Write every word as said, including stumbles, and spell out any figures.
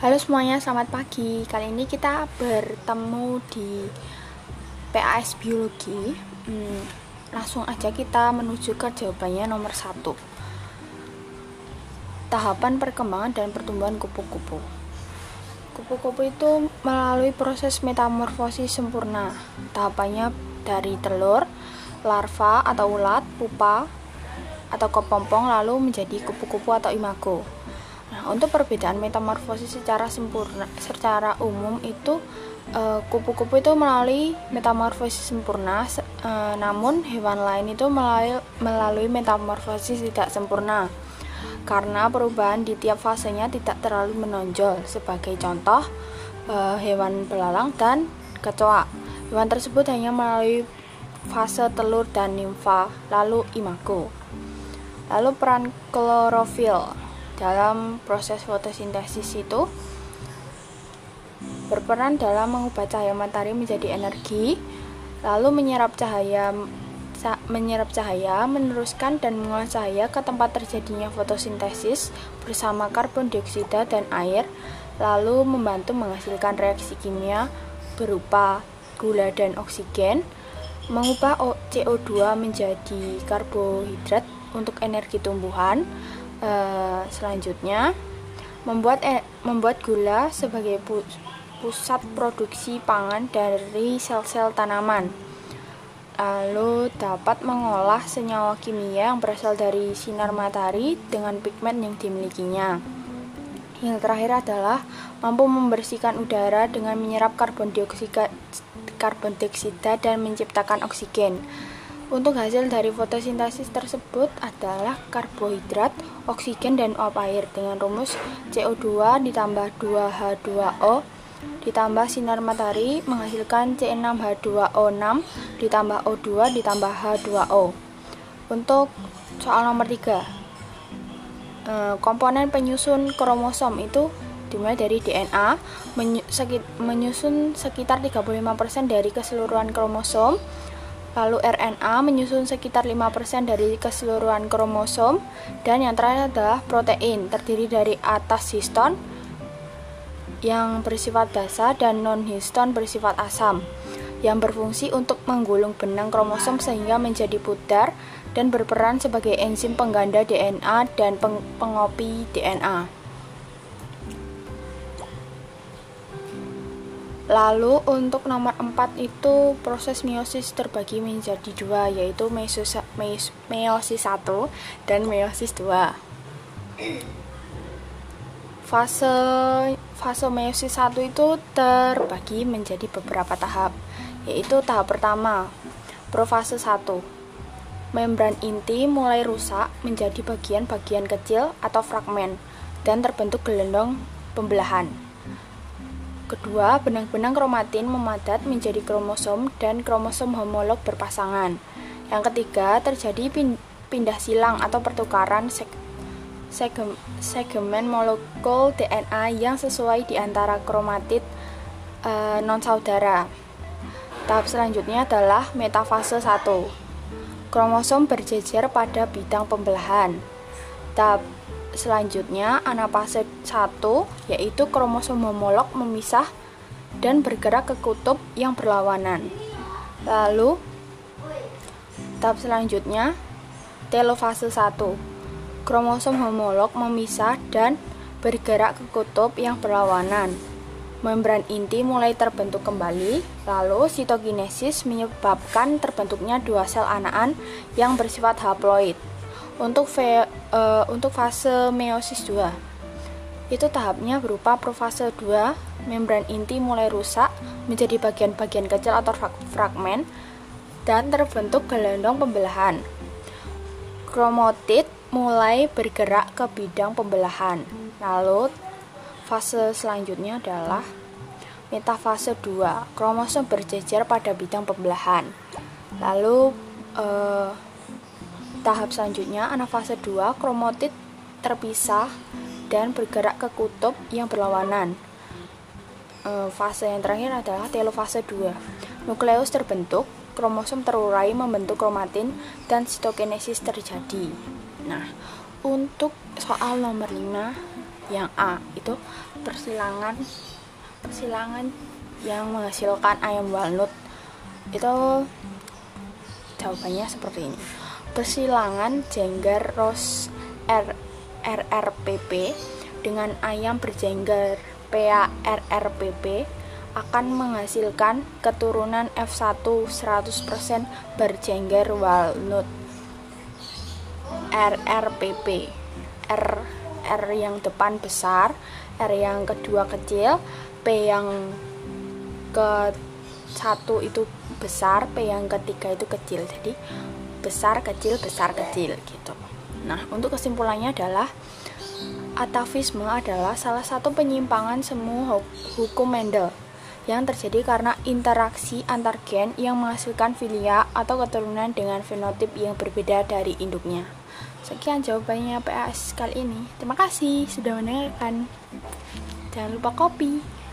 Halo semuanya, selamat pagi. Kali ini kita bertemu di P A S Biologi. hmm, Langsung aja kita menuju ke jawabannya nomor satu. Tahapan perkembangan dan pertumbuhan kupu-kupu. Kupu-kupu itu melalui proses metamorfosis sempurna. Tahapannya dari telur, larva atau ulat, pupa atau kepompong, lalu menjadi kupu-kupu atau imago. Nah, untuk perbedaan metamorfosis secara sempurna, secara umum itu e, kupu-kupu itu melalui metamorfosis sempurna, e, namun hewan lain itu melalui, melalui metamorfosis tidak sempurna, karena perubahan di tiap fasenya tidak terlalu menonjol. Sebagai contoh, e, hewan belalang dan kecoa. Hewan tersebut hanya melalui fase telur dan nimfa, lalu imago. Lalu peran klorofil dalam proses fotosintesis itu berperan dalam mengubah cahaya matahari menjadi energi, lalu menyerap cahaya menyerap cahaya, meneruskan dan mengolah cahaya ke tempat terjadinya fotosintesis bersama karbon dioksida dan air, lalu membantu menghasilkan reaksi kimia berupa gula dan oksigen, mengubah C O dua menjadi karbohidrat untuk energi tumbuhan. Uh, selanjutnya membuat eh, membuat gula sebagai pu- pusat produksi pangan dari sel-sel tanaman, lalu dapat mengolah senyawa kimia yang berasal dari sinar matahari dengan pigmen yang dimilikinya. Yang terakhir adalah mampu membersihkan udara dengan menyerap karbon dioksida, karbon dioksida dan menciptakan oksigen. Untuk hasil dari fotosintesis tersebut adalah karbohidrat, oksigen, dan uap air dengan rumus C O dua ditambah dua H dua O ditambah sinar matahari menghasilkan C enam H dua O enam ditambah O dua ditambah H dua O. Untuk soal nomor tiga, komponen penyusun kromosom itu dimulai dari D N A, menyusun sekitar tiga puluh lima persen dari keseluruhan kromosom. Lalu R N A menyusun sekitar lima persen dari keseluruhan kromosom, dan yang terakhir adalah protein, terdiri dari atas histon yang bersifat basa dan non-histon bersifat asam, yang berfungsi untuk menggulung benang kromosom sehingga menjadi pudar dan berperan sebagai enzim pengganda D N A dan peng- pengopi D N A. Lalu untuk nomor empat itu proses meiosis terbagi menjadi dua, yaitu meiosis, meiosis satu dan meiosis dua. Fase fase meiosis satu itu terbagi menjadi beberapa tahap, yaitu tahap pertama, profase satu. Membran inti mulai rusak menjadi bagian-bagian kecil atau fragmen dan terbentuk gelondong pembelahan. Kedua, benang-benang kromatin memadat menjadi kromosom dan kromosom homolog berpasangan. Yang ketiga, terjadi pindah silang atau pertukaran seg- segem- segmen molekul D N A yang sesuai di antara kromatid e, non-saudara. Tahap selanjutnya adalah metafase satu. Kromosom berjejer pada bidang pembelahan. Tahap selanjutnya anafase satu, yaitu kromosom homolog memisah dan bergerak ke kutub yang berlawanan. Lalu tahap selanjutnya telofase satu. Kromosom homolog memisah dan bergerak ke kutub yang berlawanan. Membran inti mulai terbentuk kembali, lalu sitokinesis menyebabkan terbentuknya dua sel anakan yang bersifat haploid. Untuk ve, e, untuk fase meiosis dua, itu tahapnya berupa profase dua, membran inti mulai rusak menjadi bagian-bagian kecil atau fragmen dan terbentuk gelondong pembelahan. Kromatid mulai bergerak ke bidang pembelahan. Lalu fase selanjutnya adalah metafase dua, kromosom berjejer pada bidang pembelahan. Lalu e, tahap selanjutnya, anafase dua, kromatid terpisah dan bergerak ke kutub yang berlawanan. E, fase yang terakhir adalah telofase dua. Nukleus terbentuk, kromosom terurai membentuk kromatin, dan sitokinesis terjadi. Nah, untuk soal nomor lima yang A, itu persilangan persilangan yang menghasilkan ayam walnut? Itu jawabannya seperti ini. Persilangan jenggar Ross R R P P dengan ayam berjenggar P A R R P P akan menghasilkan keturunan F satu seratus persen berjenggar walnut. R R P P, R R yang depan besar, R yang kedua kecil, P yang ke satu itu besar, P yang ketiga itu kecil. Jadi besar kecil besar kecil gitu. Nah, untuk kesimpulannya adalah atavisme adalah salah satu penyimpangan semu hukum Mendel yang terjadi karena interaksi antar gen yang menghasilkan filia atau keturunan dengan fenotip yang berbeda dari induknya. Sekian jawabannya P A S kali ini. Terima kasih sudah mendengarkan. Jangan lupa kopi.